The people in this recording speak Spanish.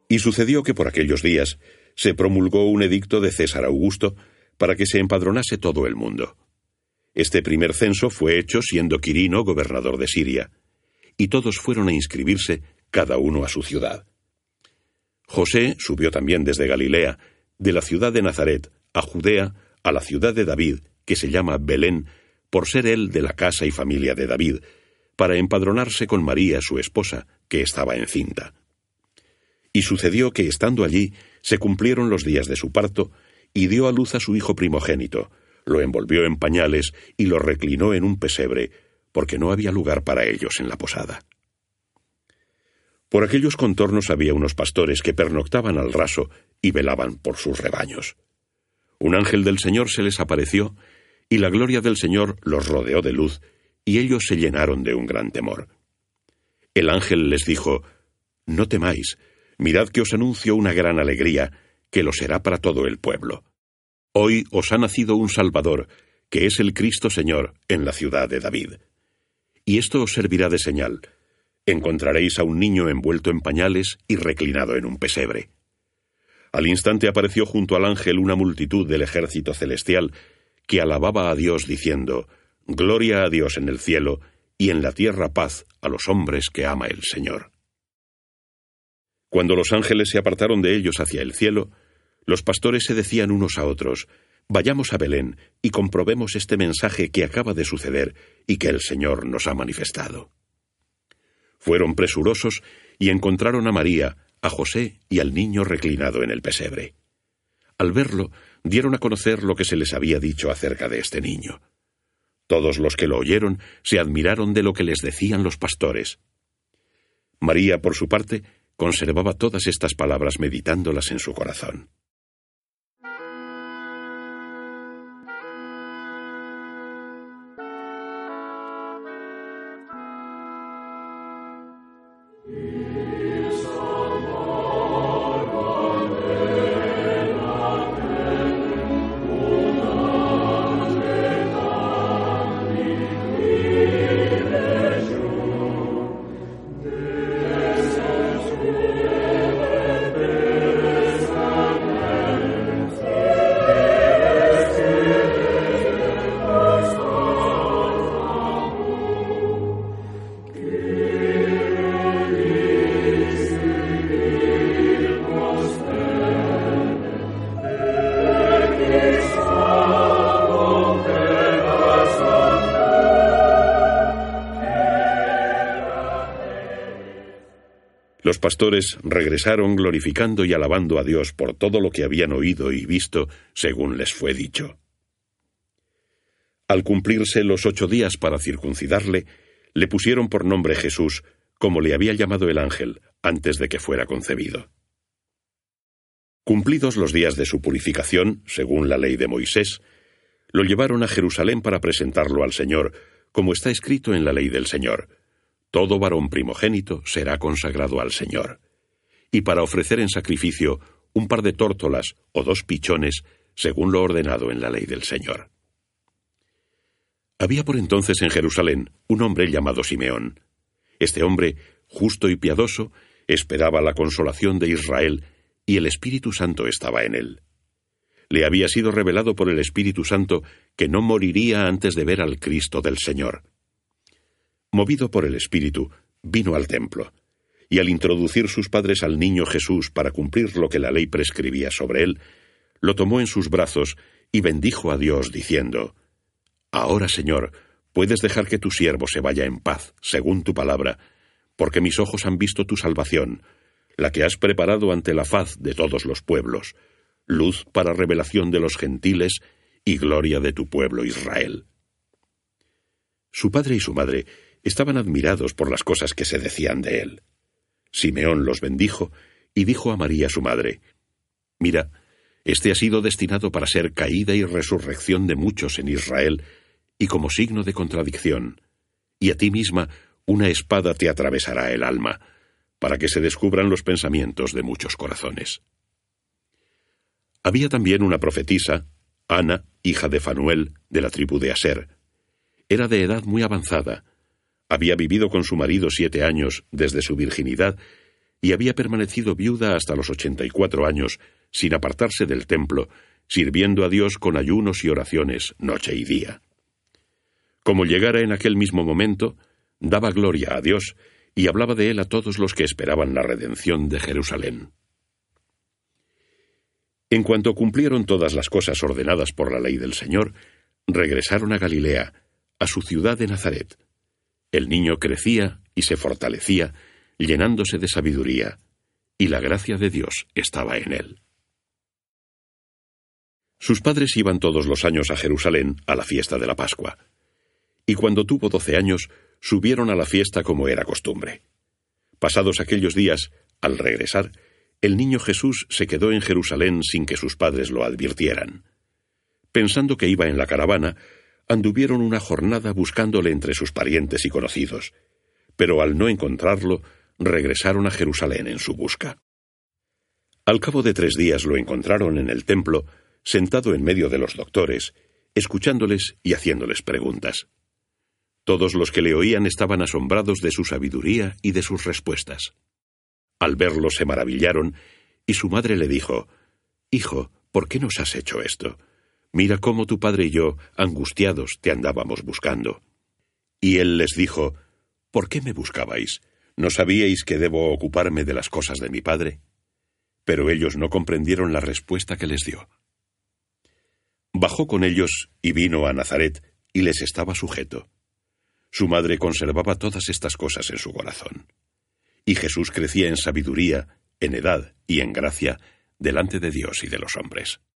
Y sucedió que por aquellos días se promulgó un edicto de César Augusto para que se empadronase todo el mundo. Este primer censo fue hecho siendo Quirino gobernador de Siria, y todos fueron a inscribirse, cada uno a su ciudad. José subió también desde Galilea, de la ciudad de Nazaret, a Judea, a la ciudad de David, que se llama Belén, por ser él de la casa y familia de David, para empadronarse con María, su esposa, que estaba encinta. Y sucedió que, estando allí, se cumplieron los días de su parto, y dio a luz a su hijo primogénito, lo envolvió en pañales y lo reclinó en un pesebre, porque no había lugar para ellos en la posada. Por aquellos contornos había unos pastores que pernoctaban al raso y velaban por sus rebaños. Un ángel del Señor se les apareció, y la gloria del Señor los rodeó de luz, y ellos se llenaron de un gran temor. El ángel les dijo: «No temáis, mirad que os anuncio una gran alegría, que lo será para todo el pueblo. Hoy os ha nacido un Salvador, que es el Cristo Señor, en la ciudad de David. Y esto os servirá de señal. Encontraréis a un niño envuelto en pañales y reclinado en un pesebre». Al instante apareció junto al ángel una multitud del ejército celestial, que alababa a Dios diciendo: «Gloria a Dios en el cielo, y en la tierra paz a los hombres que ama el Señor». Cuando los ángeles se apartaron de ellos hacia el cielo, los pastores se decían unos a otros: «Vayamos a Belén y comprobemos este mensaje que acaba de suceder y que el Señor nos ha manifestado». Fueron presurosos y encontraron a María, a José y al niño reclinado en el pesebre. Al verlo, dieron a conocer lo que se les había dicho acerca de este niño. Todos los que lo oyeron se admiraron de lo que les decían los pastores. María, por su parte, conservaba todas estas palabras meditándolas en su corazón. Los pastores regresaron glorificando y alabando a Dios por todo lo que habían oído y visto, según les fue dicho. Al cumplirse los 8 días para circuncidarle, le pusieron por nombre Jesús, como le había llamado el ángel, antes de que fuera concebido. Cumplidos los días de su purificación, según la ley de Moisés, lo llevaron a Jerusalén para presentarlo al Señor, como está escrito en la ley del Señor: «Todo varón primogénito será consagrado al Señor», y para ofrecer en sacrificio un par de tórtolas o 2 pichones, según lo ordenado en la ley del Señor. Había por entonces en Jerusalén un hombre llamado Simeón. Este hombre, justo y piadoso, esperaba la consolación de Israel, y el Espíritu Santo estaba en él. Le había sido revelado por el Espíritu Santo que no moriría antes de ver al Cristo del Señor. Movido por el Espíritu, vino al templo, y al introducir sus padres al niño Jesús para cumplir lo que la ley prescribía sobre él, lo tomó en sus brazos y bendijo a Dios, diciendo: «Ahora, Señor, puedes dejar que tu siervo se vaya en paz, según tu palabra, porque mis ojos han visto tu salvación, la que has preparado ante la faz de todos los pueblos, luz para revelación de los gentiles y gloria de tu pueblo Israel». Su padre y su madre estaban admirados por las cosas que se decían de él. Simeón los bendijo y dijo a María su madre: «Mira, este ha sido destinado para ser caída y resurrección de muchos en Israel, y como signo de contradicción, y a ti misma una espada te atravesará el alma, para que se descubran los pensamientos de muchos corazones». Había también una profetisa, Ana, hija de Fanuel, de la tribu de Aser. Era de edad muy avanzada. Había vivido con su marido 7 años desde su virginidad, y había permanecido viuda hasta los 84 años, sin apartarse del templo, sirviendo a Dios con ayunos y oraciones noche y día. Como llegara en aquel mismo momento, daba gloria a Dios y hablaba de él a todos los que esperaban la redención de Jerusalén. En cuanto cumplieron todas las cosas ordenadas por la ley del Señor, regresaron a Galilea, a su ciudad de Nazaret. El niño crecía y se fortalecía, llenándose de sabiduría, y la gracia de Dios estaba en él. Sus padres iban todos los años a Jerusalén a la fiesta de la Pascua, y cuando tuvo 12 años, subieron a la fiesta como era costumbre. Pasados aquellos días, al regresar, el niño Jesús se quedó en Jerusalén sin que sus padres lo advirtieran. Pensando que iba en la caravana, anduvieron una jornada buscándole entre sus parientes y conocidos, pero al no encontrarlo, regresaron a Jerusalén en su busca. Al cabo de 3 días lo encontraron en el templo, sentado en medio de los doctores, escuchándoles y haciéndoles preguntas. Todos los que le oían estaban asombrados de su sabiduría y de sus respuestas. Al verlo se maravillaron, y su madre le dijo: «Hijo, ¿por qué nos has hecho esto? Mira cómo tu padre y yo, angustiados, te andábamos buscando». Y él les dijo: «¿Por qué me buscabais? ¿No sabíais que debo ocuparme de las cosas de mi padre?». Pero ellos no comprendieron la respuesta que les dio. Bajó con ellos y vino a Nazaret, y les estaba sujeto. Su madre conservaba todas estas cosas en su corazón. Y Jesús crecía en sabiduría, en edad y en gracia, delante de Dios y de los hombres.